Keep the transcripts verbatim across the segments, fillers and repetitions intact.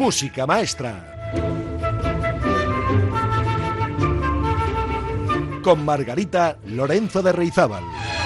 Música Maestra. Con Margarita Lorenzo de Reizábal.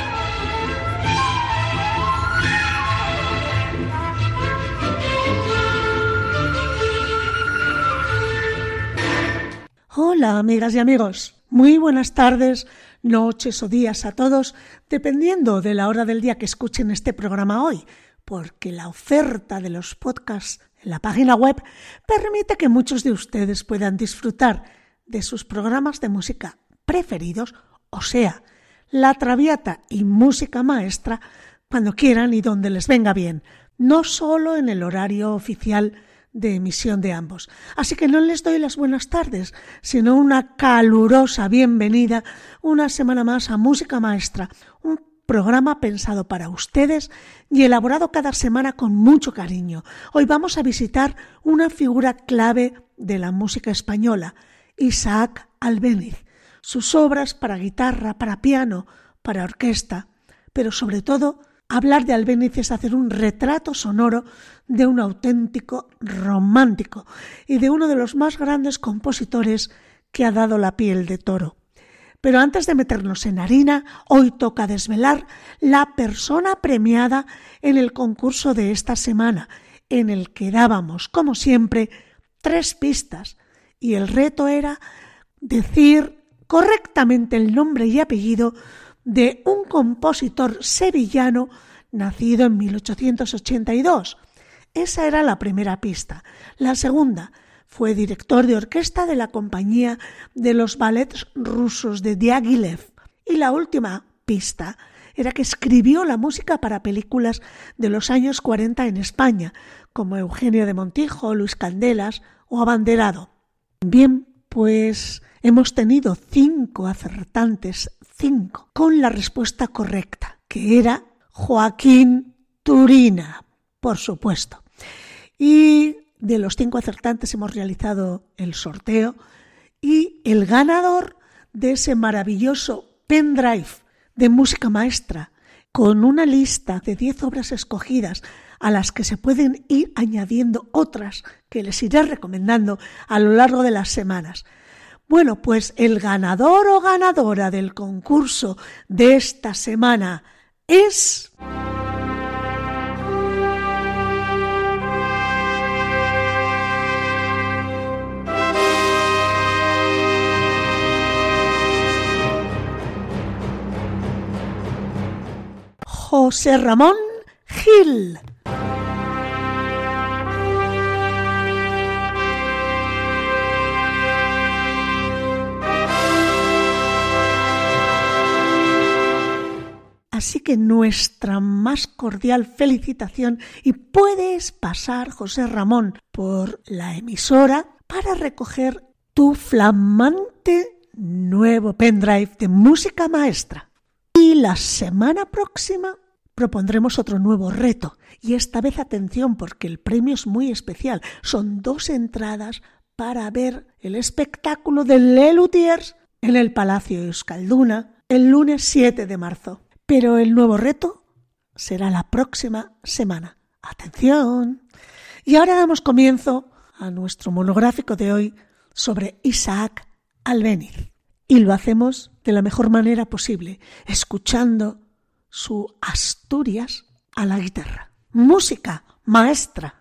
Hola, amigas y amigos. Muy buenas tardes, noches o días a todos, dependiendo de la hora del día que escuchen este programa hoy, porque la oferta de los podcasts en la página web permite que muchos de ustedes puedan disfrutar de sus programas de música preferidos, o sea, La Traviata y Música Maestra, cuando quieran y donde les venga bien, no solo en el horario oficial de emisión de ambos. Así que no les doy las buenas tardes, sino una calurosa bienvenida una semana más a Música Maestra, un programa pensado para ustedes y elaborado cada semana con mucho cariño. Hoy vamos a visitar una figura clave de la música española, Isaac Albéniz. Sus obras para guitarra, para piano, para orquesta, pero sobre todo hablar de Albéniz es hacer un retrato sonoro de un auténtico romántico y de uno de los más grandes compositores que ha dado la piel de toro. Pero antes de meternos en harina, hoy toca desvelar la persona premiada en el concurso de esta semana, en el que dábamos, como siempre, tres pistas y el reto era decir correctamente el nombre y apellido de un compositor sevillano nacido en mil ochocientos ochenta y dos. Esa era la primera pista. La segunda, fue director de orquesta de la compañía de los ballets rusos de Diaghilev. Y la última pista era que escribió la música para películas de los años cuarenta en España, como Eugenio de Montijo, Luis Candelas o Abanderado. Bien, pues hemos tenido cinco acertantes, cinco, con la respuesta correcta, que era Joaquín Turina, por supuesto. Y de los cinco acertantes hemos realizado el sorteo y el ganador de ese maravilloso pendrive de Música Maestra con una lista de diez obras escogidas a las que se pueden ir añadiendo otras que les iré recomendando a lo largo de las semanas. Bueno, pues el ganador o ganadora del concurso de esta semana es José Ramón Gil. Así que nuestra más cordial felicitación y puedes pasar, José Ramón, por la emisora para recoger tu flamante nuevo pendrive de Música Maestra. Y la semana próxima propondremos otro nuevo reto. Y esta vez atención porque el premio es muy especial. Son dos entradas para ver el espectáculo de Les Luthiers en el Palacio Euskalduna el lunes siete de marzo. Pero el nuevo reto será la próxima semana. ¡Atención! Y ahora damos comienzo a nuestro monográfico de hoy sobre Isaac Albéniz. Y lo hacemos de la mejor manera posible, escuchando su Asturias a la guitarra. Música Maestra.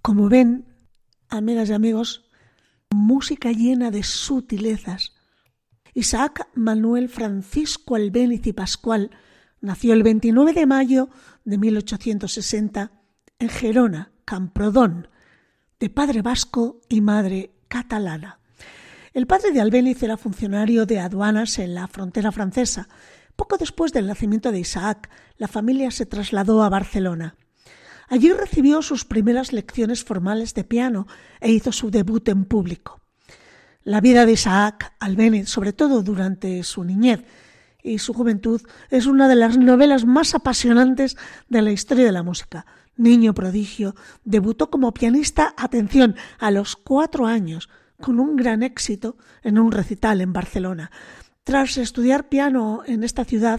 Como ven, amigas y amigos, música llena de sutilezas. Isaac Manuel Francisco Albéniz y Pascual nació el veintinueve de mayo de mil ochocientos sesenta en Gerona, Camprodón, de padre vasco y madre catalana. El padre de Albéniz era funcionario de aduanas en la frontera francesa. Poco después del nacimiento de Isaac, la familia se trasladó a Barcelona. Allí recibió sus primeras lecciones formales de piano e hizo su debut en público. La vida de Isaac Albéniz, sobre todo durante su niñez y su juventud, es una de las novelas más apasionantes de la historia de la música. Niño prodigio, debutó como pianista, atención, a los cuatro años, con un gran éxito en un recital en Barcelona. Tras estudiar piano en esta ciudad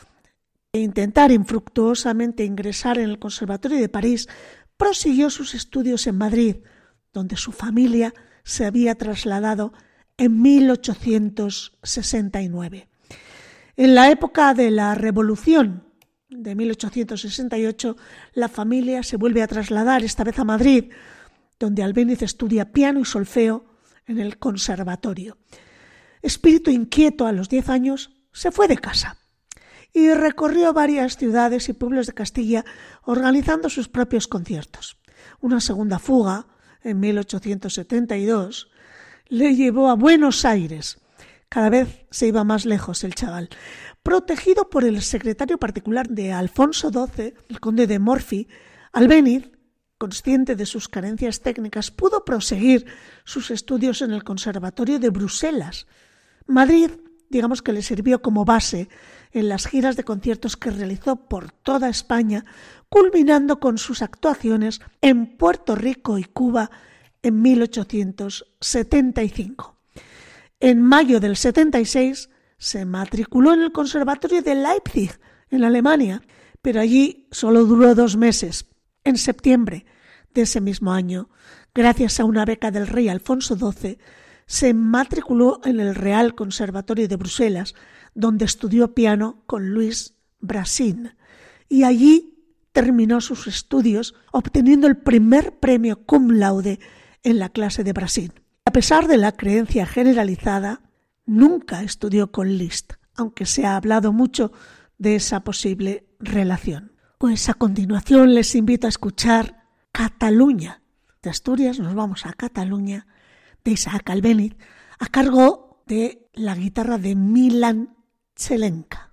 e intentar infructuosamente ingresar en el Conservatorio de París, prosiguió sus estudios en Madrid, donde su familia se había trasladado en mil ochocientos sesenta y nueve. En la época de la Revolución de mil ochocientos sesenta y ocho, la familia se vuelve a trasladar, esta vez a Madrid, donde Albéniz estudia piano y solfeo en el conservatorio. Espíritu inquieto, a los diez años se fue de casa y recorrió varias ciudades y pueblos de Castilla organizando sus propios conciertos. Una segunda fuga, en mil ochocientos setenta y dos, le llevó a Buenos Aires. Cada vez se iba más lejos el chaval. Protegido por el secretario particular de Alfonso doce, el conde de Morphy, Albéniz, consciente de sus carencias técnicas, pudo proseguir sus estudios en el Conservatorio de Bruselas. Madrid, digamos que le sirvió como base en las giras de conciertos que realizó por toda España, culminando con sus actuaciones en Puerto Rico y Cuba en mil ochocientos setenta y cinco. En mayo del setenta y seis se matriculó en el Conservatorio de Leipzig, en Alemania, pero allí solo duró dos meses. En septiembre de ese mismo año, gracias a una beca del rey Alfonso doce, se matriculó en el Real Conservatorio de Bruselas, donde estudió piano con Luis Brassin, y allí terminó sus estudios obteniendo el primer premio cum laude en la clase de Brassin. A pesar de la creencia generalizada, nunca estudió con Liszt, aunque se ha hablado mucho de esa posible relación. Pues a continuación les invito a escuchar Cataluña. De Asturias nos vamos a Cataluña, de Isaac Albéniz, a cargo de la guitarra de Milan Chelenka.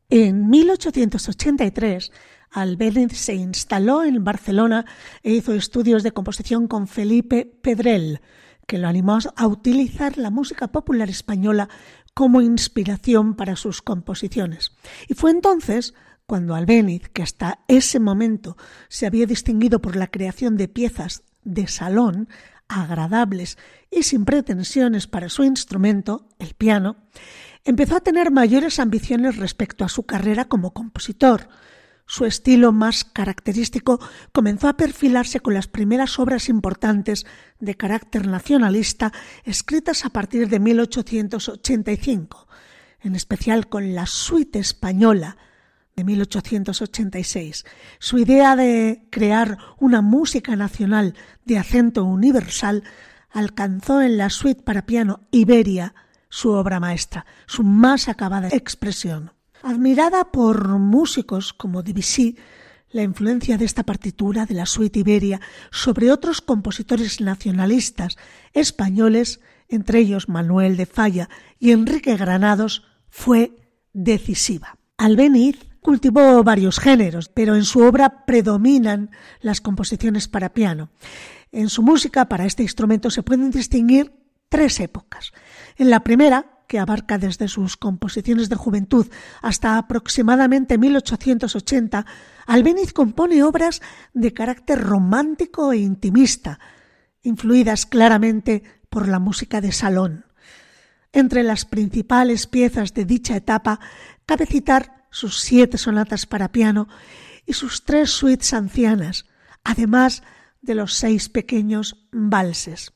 En mil ochocientos ochenta y tres, Albéniz se instaló en Barcelona e hizo estudios de composición con Felipe Pedrell, que lo animó a utilizar la música popular española como inspiración para sus composiciones. Y fue entonces cuando Albéniz, que hasta ese momento se había distinguido por la creación de piezas de salón, agradables y sin pretensiones para su instrumento, el piano, empezó a tener mayores ambiciones respecto a su carrera como compositor. Su estilo más característico comenzó a perfilarse con las primeras obras importantes de carácter nacionalista escritas a partir de mil ochocientos ochenta y cinco, en especial con la Suite Española de mil ochocientos ochenta y seis. Su idea de crear una música nacional de acento universal alcanzó en la Suite para piano Iberia su obra maestra, su más acabada expresión. Admirada por músicos como Debussy, la influencia de esta partitura de la Suite Iberia sobre otros compositores nacionalistas españoles, entre ellos Manuel de Falla y Enrique Granados, fue decisiva. Albéniz cultivó varios géneros, pero en su obra predominan las composiciones para piano. En su música para este instrumento se pueden distinguir tres épocas. En la primera, que abarca desde sus composiciones de juventud hasta aproximadamente mil ochocientos ochenta, Albéniz compone obras de carácter romántico e intimista, influidas claramente por la música de salón. Entre las principales piezas de dicha etapa cabe citar sus siete sonatas para piano y sus tres suites ancianas, además de los seis pequeños valses.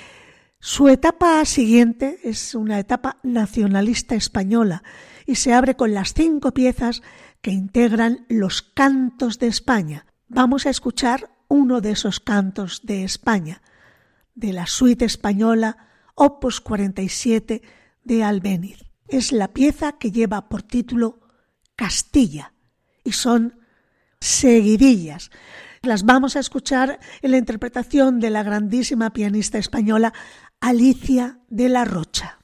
Su etapa siguiente es una etapa nacionalista española y se abre con las cinco piezas que integran los cantos de España. Vamos a escuchar uno de esos cantos de España, de la Suite Española, opus cuarenta y siete de Albéniz. Es la pieza que lleva por título Castilla y son seguidillas. Las vamos a escuchar en la interpretación de la grandísima pianista española Alicia de la Rocha.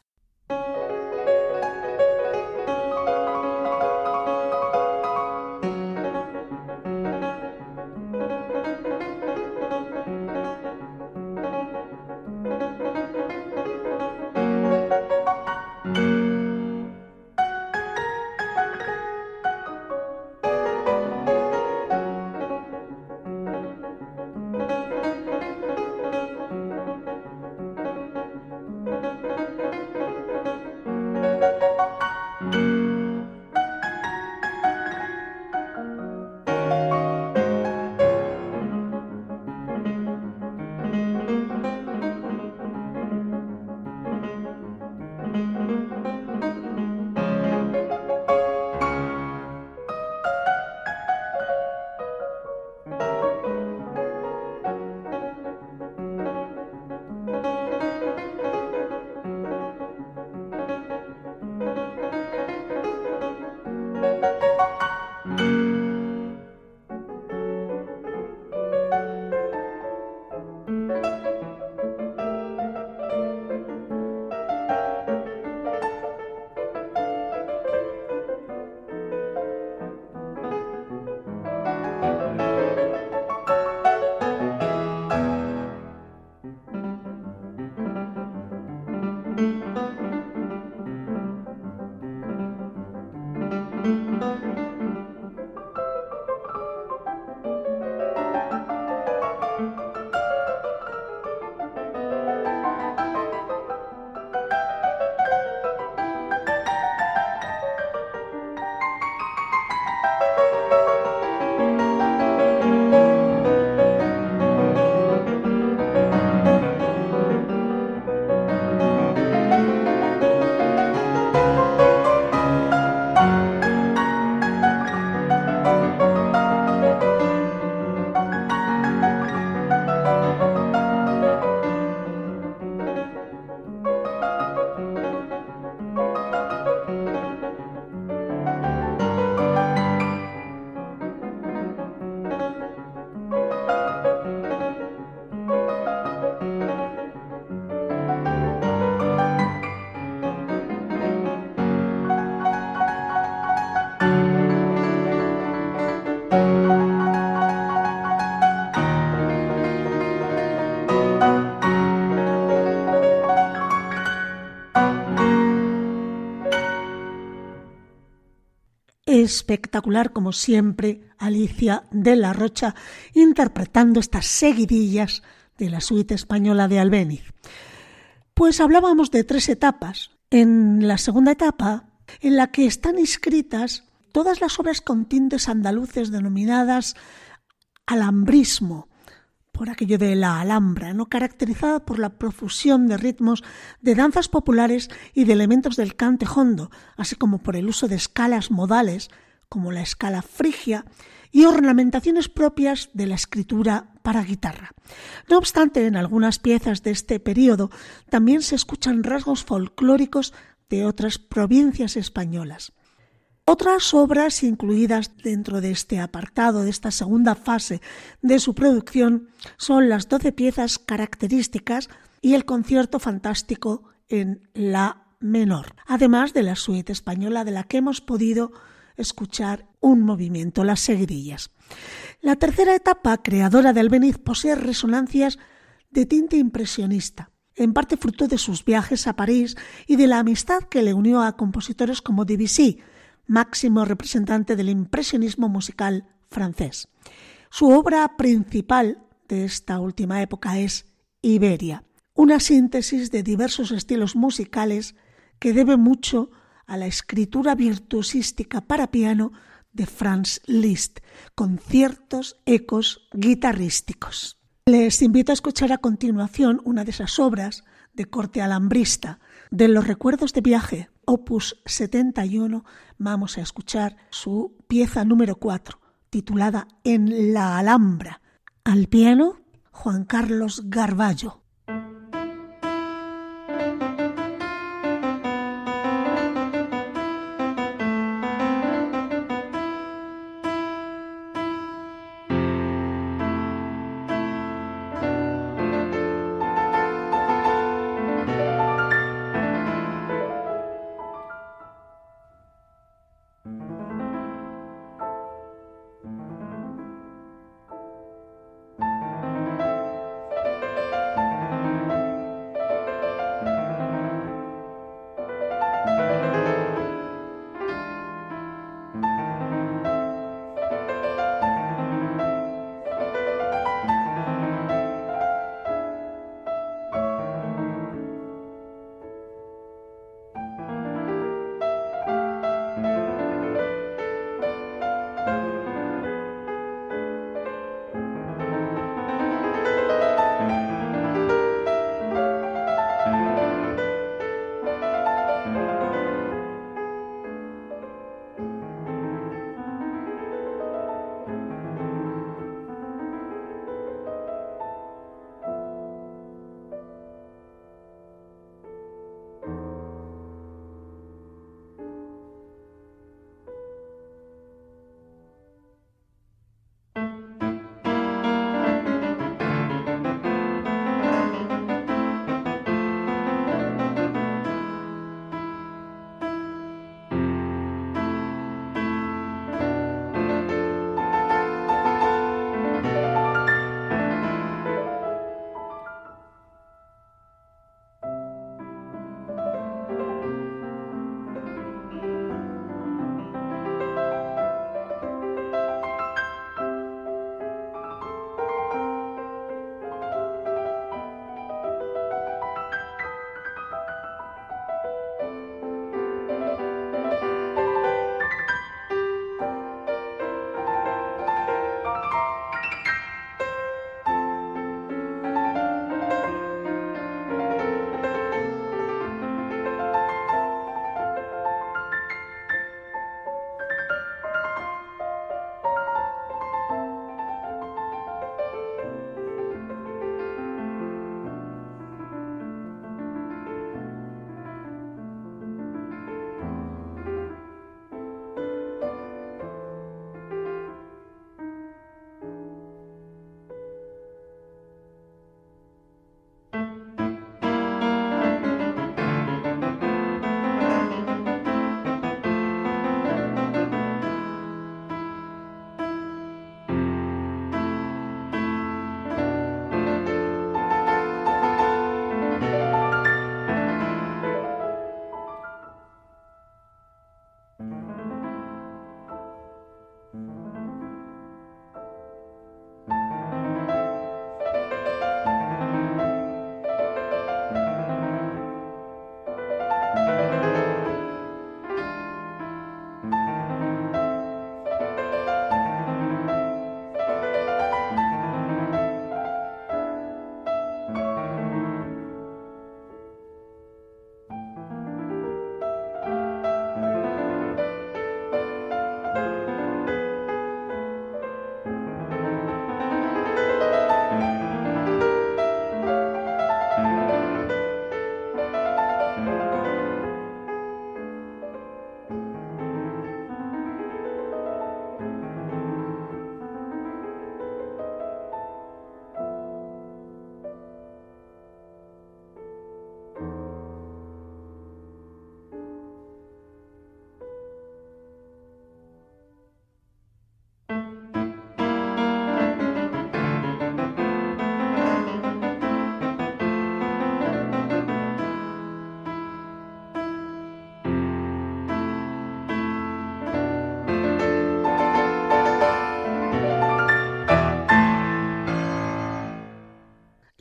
espectacular como siempre Alicia de la Rocha interpretando estas seguidillas de la suite española de Albéniz. Pues hablábamos de tres etapas. En la segunda etapa, en la que están inscritas todas las obras con tintes andaluces denominadas alambrismo, por aquello de la Alhambra, ¿no? Caracterizada por la profusión de ritmos, de danzas populares y de elementos del cante jondo, así como por el uso de escalas modales, como la escala frigia, y ornamentaciones propias de la escritura para guitarra. No obstante, en algunas piezas de este periodo también se escuchan rasgos folclóricos de otras provincias españolas. Otras obras incluidas dentro de este apartado, de esta segunda fase de su producción, son las doce piezas características y el concierto fantástico en la menor, además de la suite española de la que hemos podido escuchar un movimiento, las seguidillas. La tercera etapa, creadora de Albéniz, posee resonancias de tinte impresionista, en parte fruto de sus viajes a París y de la amistad que le unió a compositores como Debussy, máximo representante del impresionismo musical francés. Su obra principal de esta última época es Iberia, una síntesis de diversos estilos musicales que debe mucho a la escritura virtuosística para piano de Franz Liszt, con ciertos ecos guitarrísticos. Les invito a escuchar a continuación una de esas obras de corte alambrista, de los recuerdos de viaje, opus setenta y uno, vamos a escuchar su pieza número cuatro, titulada En la Alhambra. Al piano, Juan Carlos Garballo.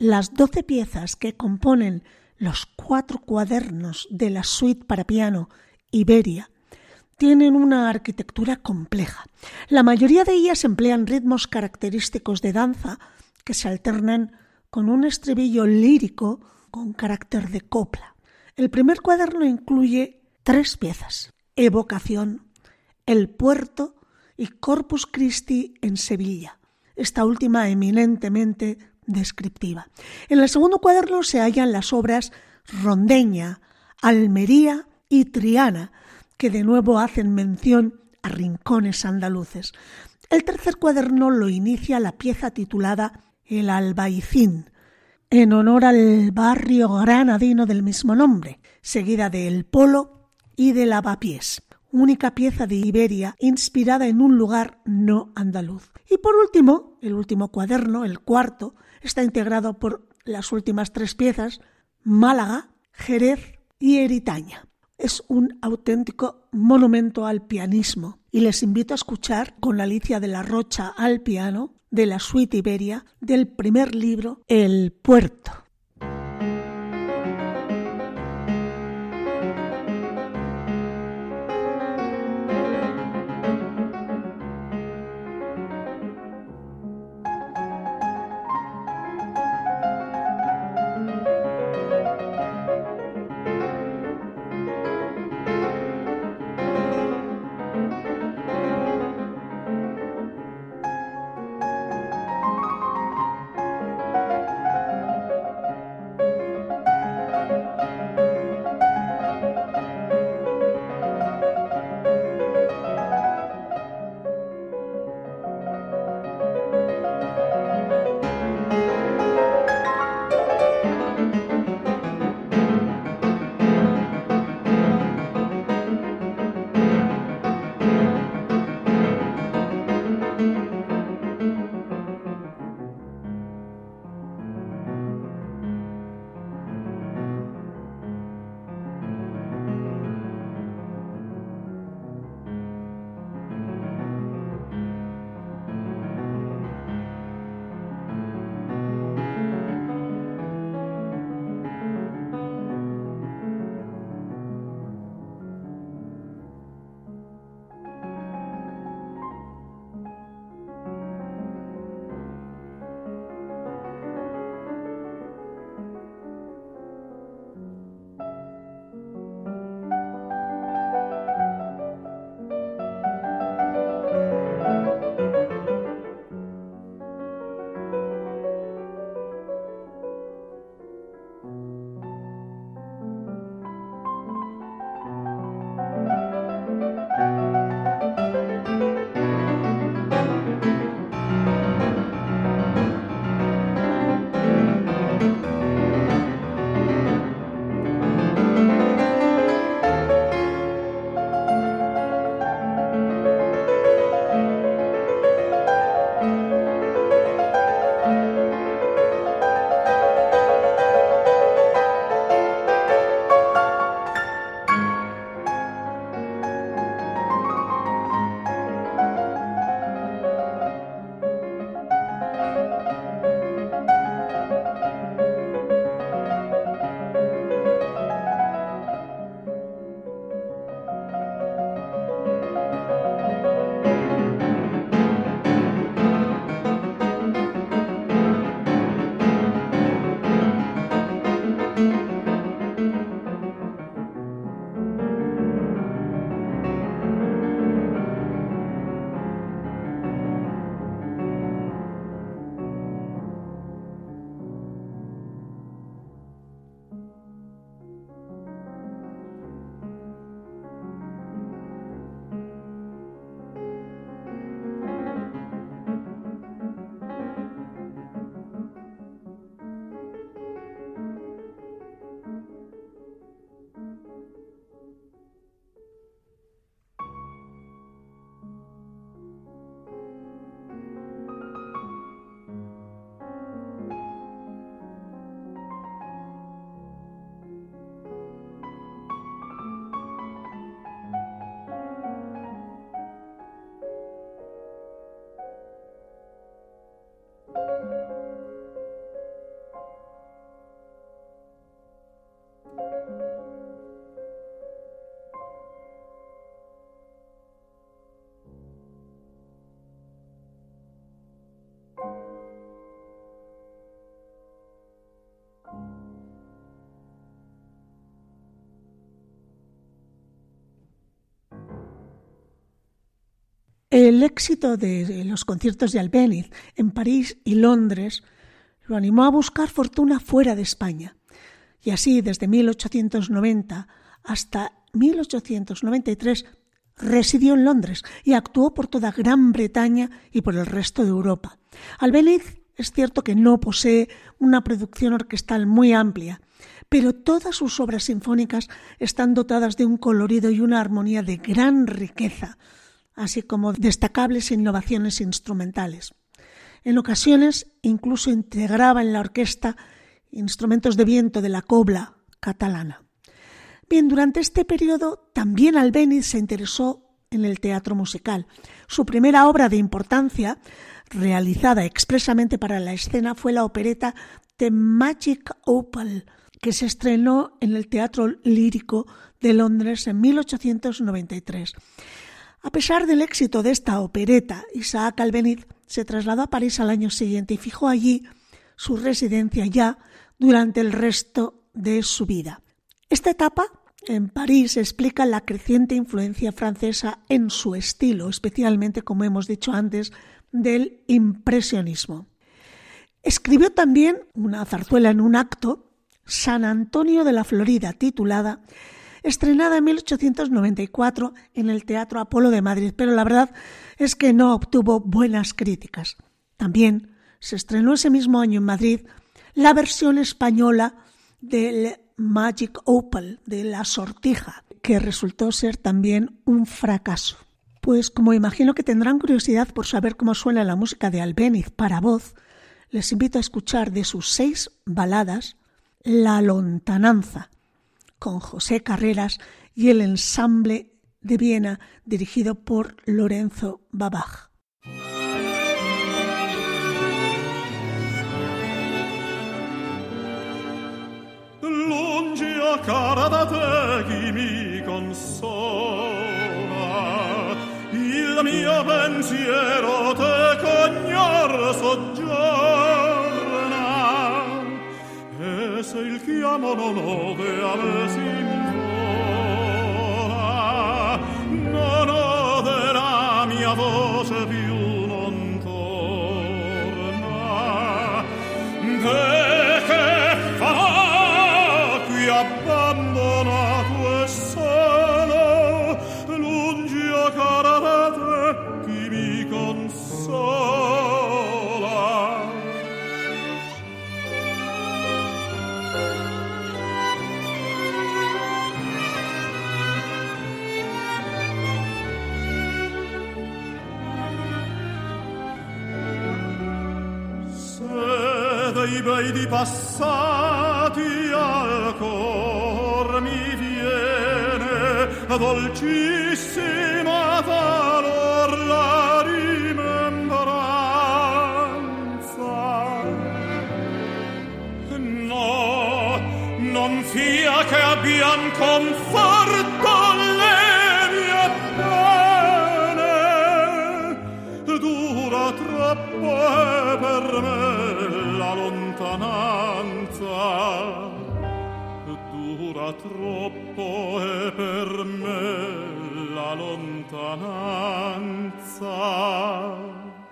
Las doce piezas que componen los cuatro cuadernos de la suite para piano Iberia tienen una arquitectura compleja. La mayoría de ellas emplean ritmos característicos de danza que se alternan con un estribillo lírico con carácter de copla. El primer cuaderno incluye tres piezas: Evocación, El Puerto y Corpus Christi en Sevilla, esta última eminentemente descriptiva. En el segundo cuaderno se hallan las obras Rondeña, Almería y Triana, que de nuevo hacen mención a rincones andaluces. El tercer cuaderno lo inicia la pieza titulada El Albaicín, en honor al barrio granadino del mismo nombre, seguida de El Polo y de Lavapiés, única pieza de Iberia inspirada en un lugar no andaluz. Y por último, el último cuaderno, el cuarto, está integrado por las últimas tres piezas: Málaga, Jerez y Eritaña. Es un auténtico monumento al pianismo y les invito a escuchar con Alicia de la Rocha al piano de la suite Iberia del primer libro El Puerto. El éxito de los conciertos de Albéniz en París y Londres lo animó a buscar fortuna fuera de España. Y así, desde mil ochocientos noventa hasta mil ochocientos noventa y tres, residió en Londres y actuó por toda Gran Bretaña y por el resto de Europa. Albéniz es cierto que no posee una producción orquestal muy amplia, pero todas sus obras sinfónicas están dotadas de un colorido y una armonía de gran riqueza, así como destacables innovaciones instrumentales. En ocasiones incluso integraba en la orquesta instrumentos de viento de la cobla catalana. Bien, durante este periodo también Albéniz se interesó en el teatro musical. Su primera obra de importancia, realizada expresamente para la escena, fue la opereta The Magic Opal, que se estrenó en el Teatro Lírico de Londres en mil ochocientos noventa y tres. A pesar del éxito de esta opereta, Isaac Albéniz se trasladó a París al año siguiente y fijó allí su residencia ya durante el resto de su vida. Esta etapa en París explica la creciente influencia francesa en su estilo, especialmente, como hemos dicho antes, del impresionismo. Escribió también una zarzuela en un acto, San Antonio de la Florida, titulada, estrenada en mil ochocientos noventa y cuatro en el Teatro Apolo de Madrid, pero la verdad es que no obtuvo buenas críticas. También se estrenó ese mismo año en Madrid la versión española del Magic Opal, de La Sortija, que resultó ser también un fracaso. Pues como imagino que tendrán curiosidad por saber cómo suena la música de Albéniz para voz, les invito a escuchar de sus seis baladas La Lontananza, con José Carreras y el ensamble de Viena dirigido por Lorenzo Babaj. Lungi a cara da te chi mi consola, il mio pensiero te cognor soggiorna, e se il chiamo non ove avessi invola, non ode la mia voce più non torna. Te che fa qui abbandonato e solo, lungi a cara da te chi mi consola. Dei bei di passati al cor mi viene dolcissima valor la rimembranza. No, non fia che abbian conforto le mie pene, dura troppo è per me la lontananza, dura troppo è per me la lontananza.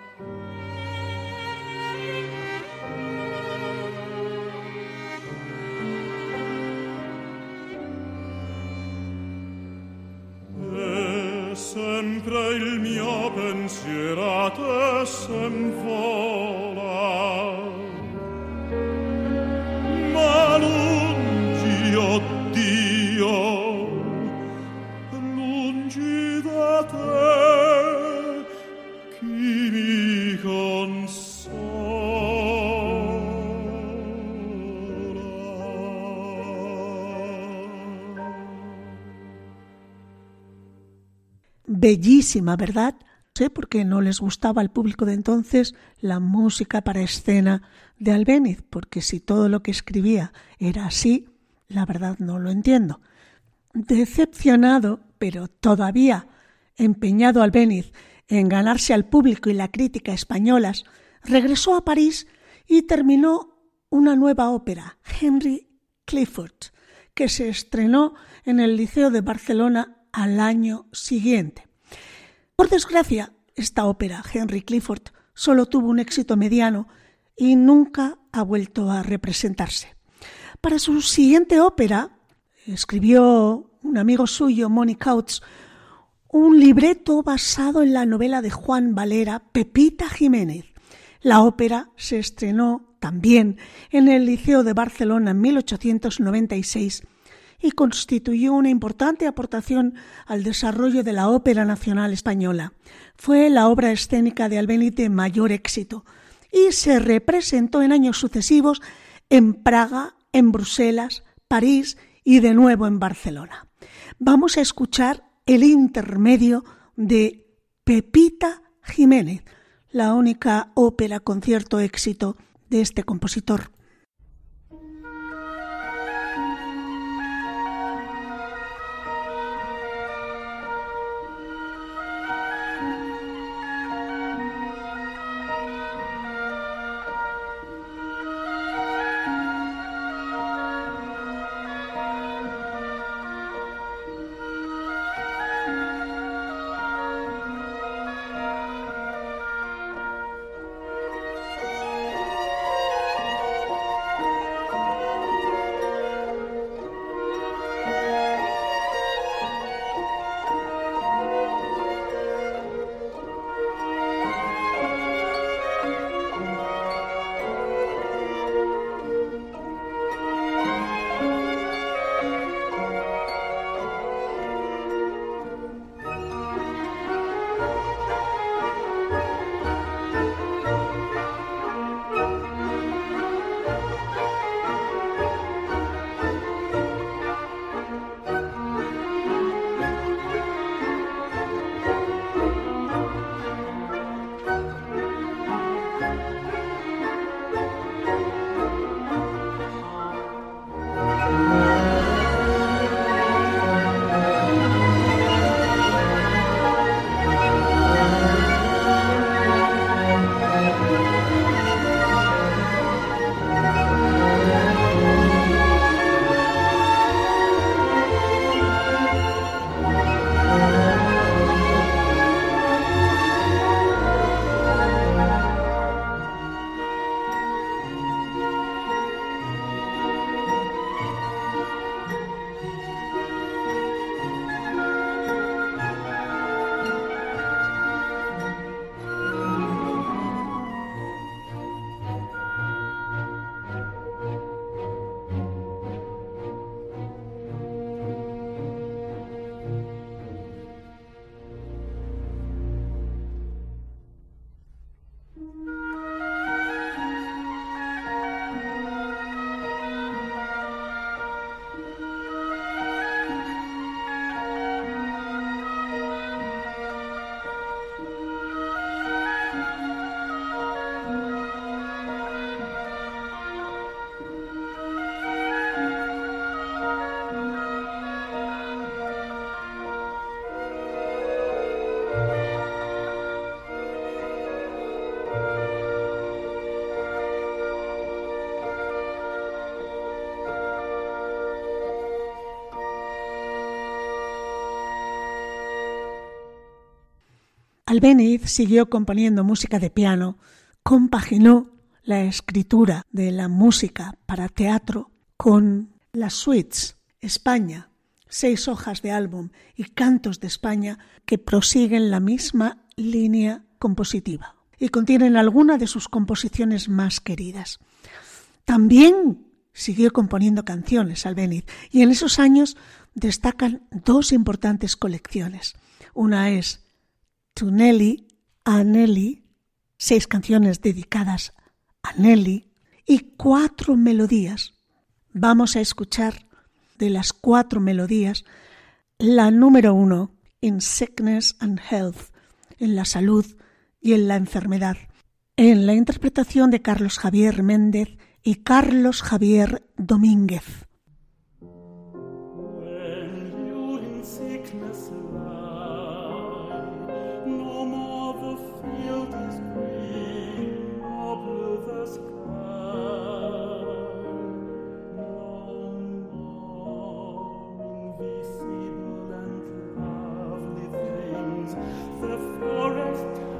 E sempre il mio pensiero a te s'envola, ma lungi, oh Dio, lungi da te chi mi consola. Bellísima, ¿verdad? Sé por qué no les gustaba al público de entonces la música para escena de Albéniz, porque si todo lo que escribía era así, la verdad no lo entiendo. Decepcionado, pero todavía empeñado Albéniz en ganarse al público y la crítica españolas, regresó a París y terminó una nueva ópera, Henry Clifford, que se estrenó en el Liceo de Barcelona al año siguiente. Por desgracia, esta ópera, Henry Clifford, solo tuvo un éxito mediano y nunca ha vuelto a representarse. Para su siguiente ópera, escribió un amigo suyo, Moni Couts, un libreto basado en la novela de Juan Valera, Pepita Jiménez. La ópera se estrenó también en el Liceo de Barcelona en mil ochocientos noventa y seis y constituyó una importante aportación al desarrollo de la ópera nacional española. Fue la obra escénica de Albéniz de mayor éxito y se representó en años sucesivos en Praga, en Bruselas, París y de nuevo en Barcelona. Vamos a escuchar el intermedio de Pepita Jiménez, la única ópera con cierto éxito de este compositor. Albéniz siguió componiendo música de piano, compaginó la escritura de la música para teatro con las suites España, seis hojas de álbum y Cantos de España que prosiguen la misma línea compositiva y contienen algunas de sus composiciones más queridas. También siguió componiendo canciones Albéniz y en esos años destacan dos importantes colecciones. Una es To Nelly, a Nelly, seis canciones dedicadas a Nelly y cuatro melodías. Vamos a escuchar de las cuatro melodías la número uno, In Sickness and Health, en la salud y en la enfermedad, en la interpretación de Carlos Javier Méndez y Carlos Javier Domínguez. The forest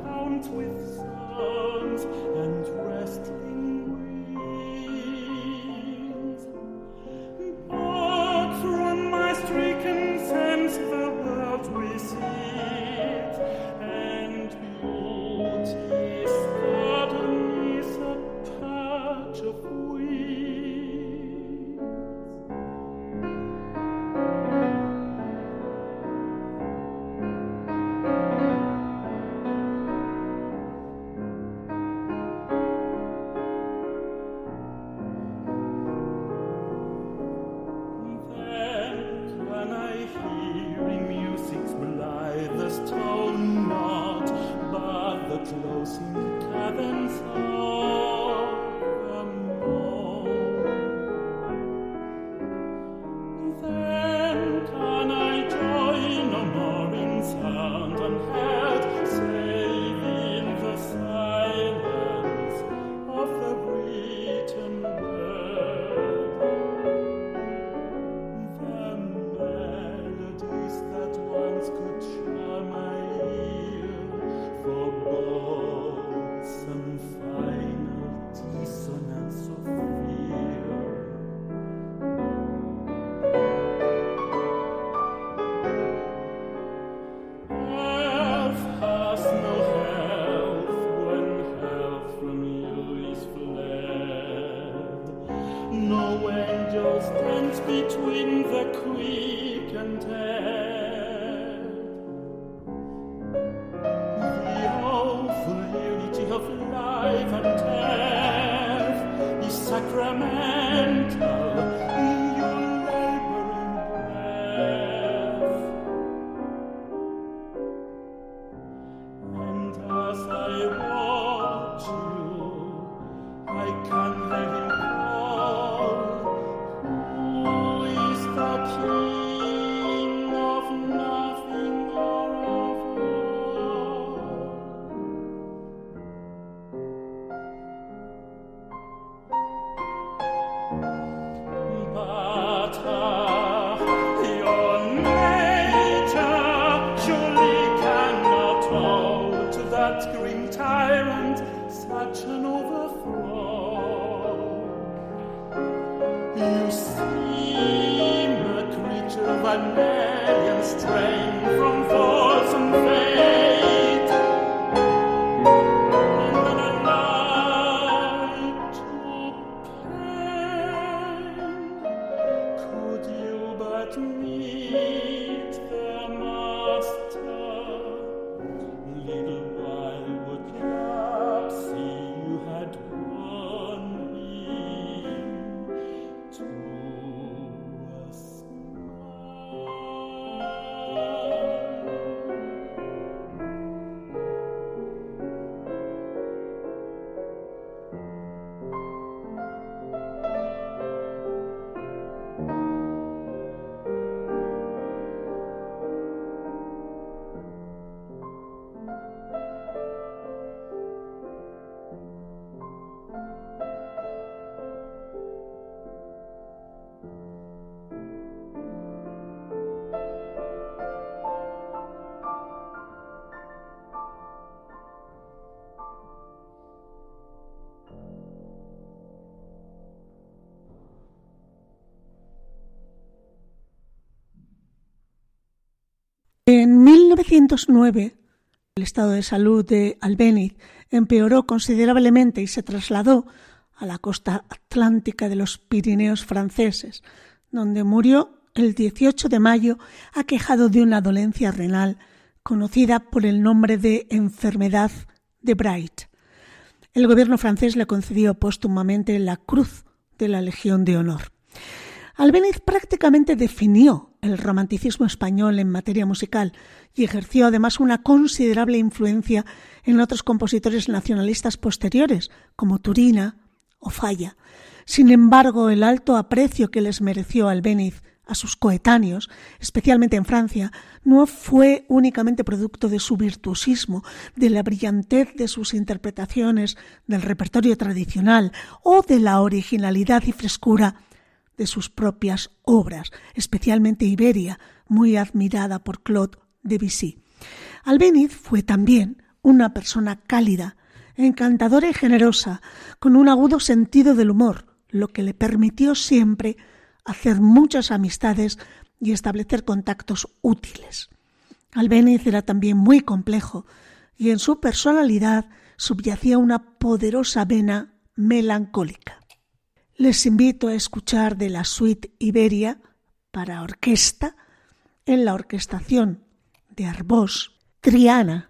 between the quick and dead. The awful unity of life and death is sacramental in your laboring breath. And as I watch you, I can hear him call, who is the king of nothing or of all? But ah, your nature surely cannot owe to that grim tyrant such an overthrow. You seem a creature of an alien strain from force and fate, and when alive to pain, could you but meet their master, little while would perhaps see you had won him to a En mil novecientos nueve, el estado de salud de Albéniz empeoró considerablemente y se trasladó a la costa atlántica de los Pirineos franceses, donde murió el dieciocho de mayo aquejado de una dolencia renal conocida por el nombre de enfermedad de Bright. El gobierno francés le concedió póstumamente la Cruz de la Legión de Honor. Albéniz prácticamente definió el romanticismo español en materia musical y ejerció además una considerable influencia en otros compositores nacionalistas posteriores, como Turina o Falla. Sin embargo, el alto aprecio que les mereció Albéniz a sus coetáneos, especialmente en Francia, no fue únicamente producto de su virtuosismo, de la brillantez de sus interpretaciones del repertorio tradicional o de la originalidad y frescura de sus propias obras, especialmente Iberia, muy admirada por Claude Debussy. Albéniz fue también una persona cálida, encantadora y generosa, con un agudo sentido del humor, lo que le permitió siempre hacer muchas amistades y establecer contactos útiles. Albéniz era también muy complejo y en su personalidad subyacía una poderosa vena melancólica. Les invito a escuchar de la suite Iberia para orquesta en la orquestación de Arbós, Triana.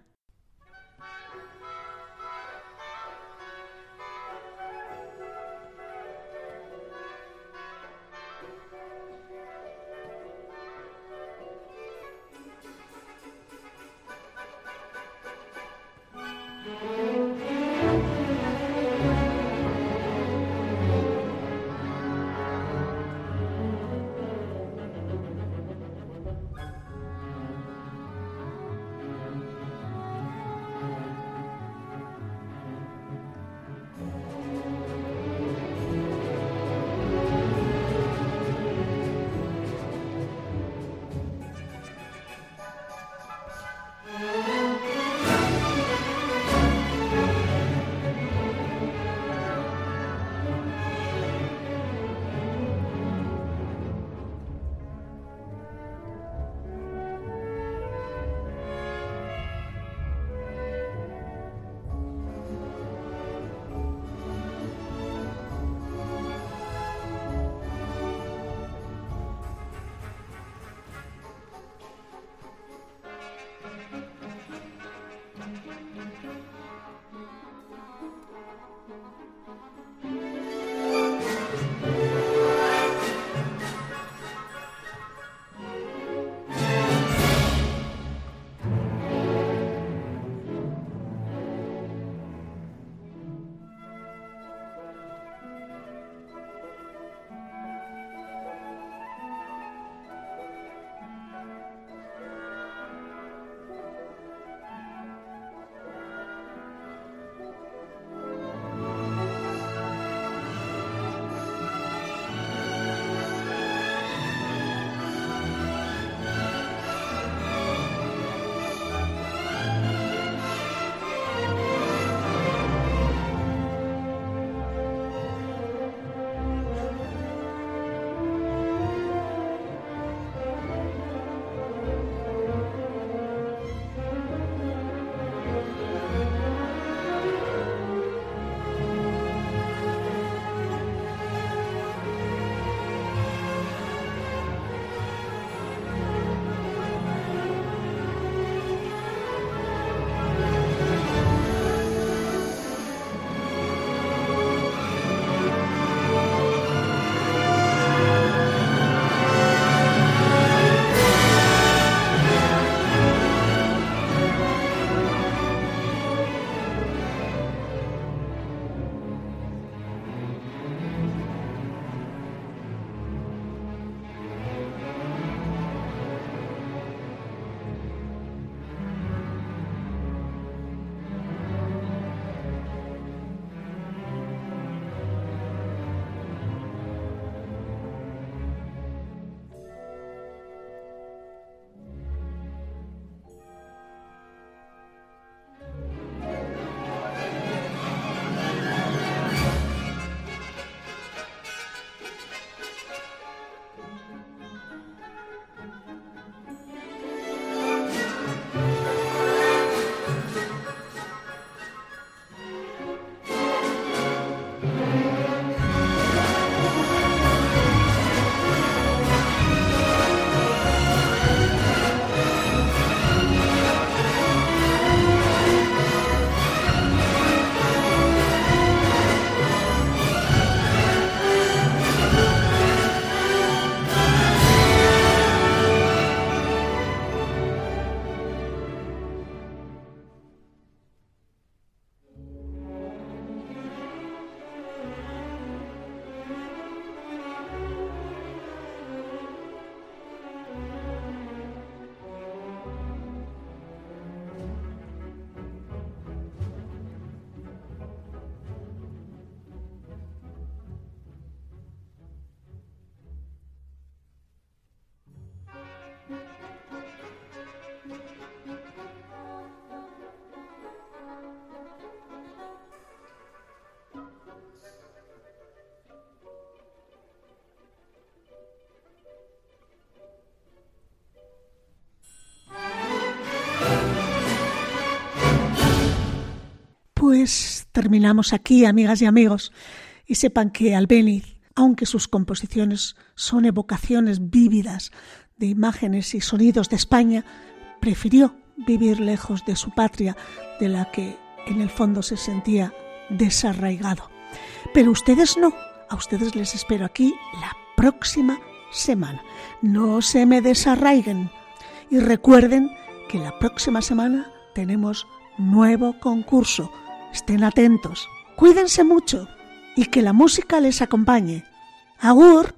Pues terminamos aquí, amigas y amigos, y sepan que Albéniz, aunque sus composiciones son evocaciones vívidas de imágenes y sonidos de España, prefirió vivir lejos de su patria, de la que en el fondo se sentía desarraigado. Pero ustedes no, a ustedes les espero aquí la próxima semana. No se me desarraiguen y recuerden que la próxima semana tenemos nuevo concurso. Estén atentos, cuídense mucho y que la música les acompañe. ¡Agur!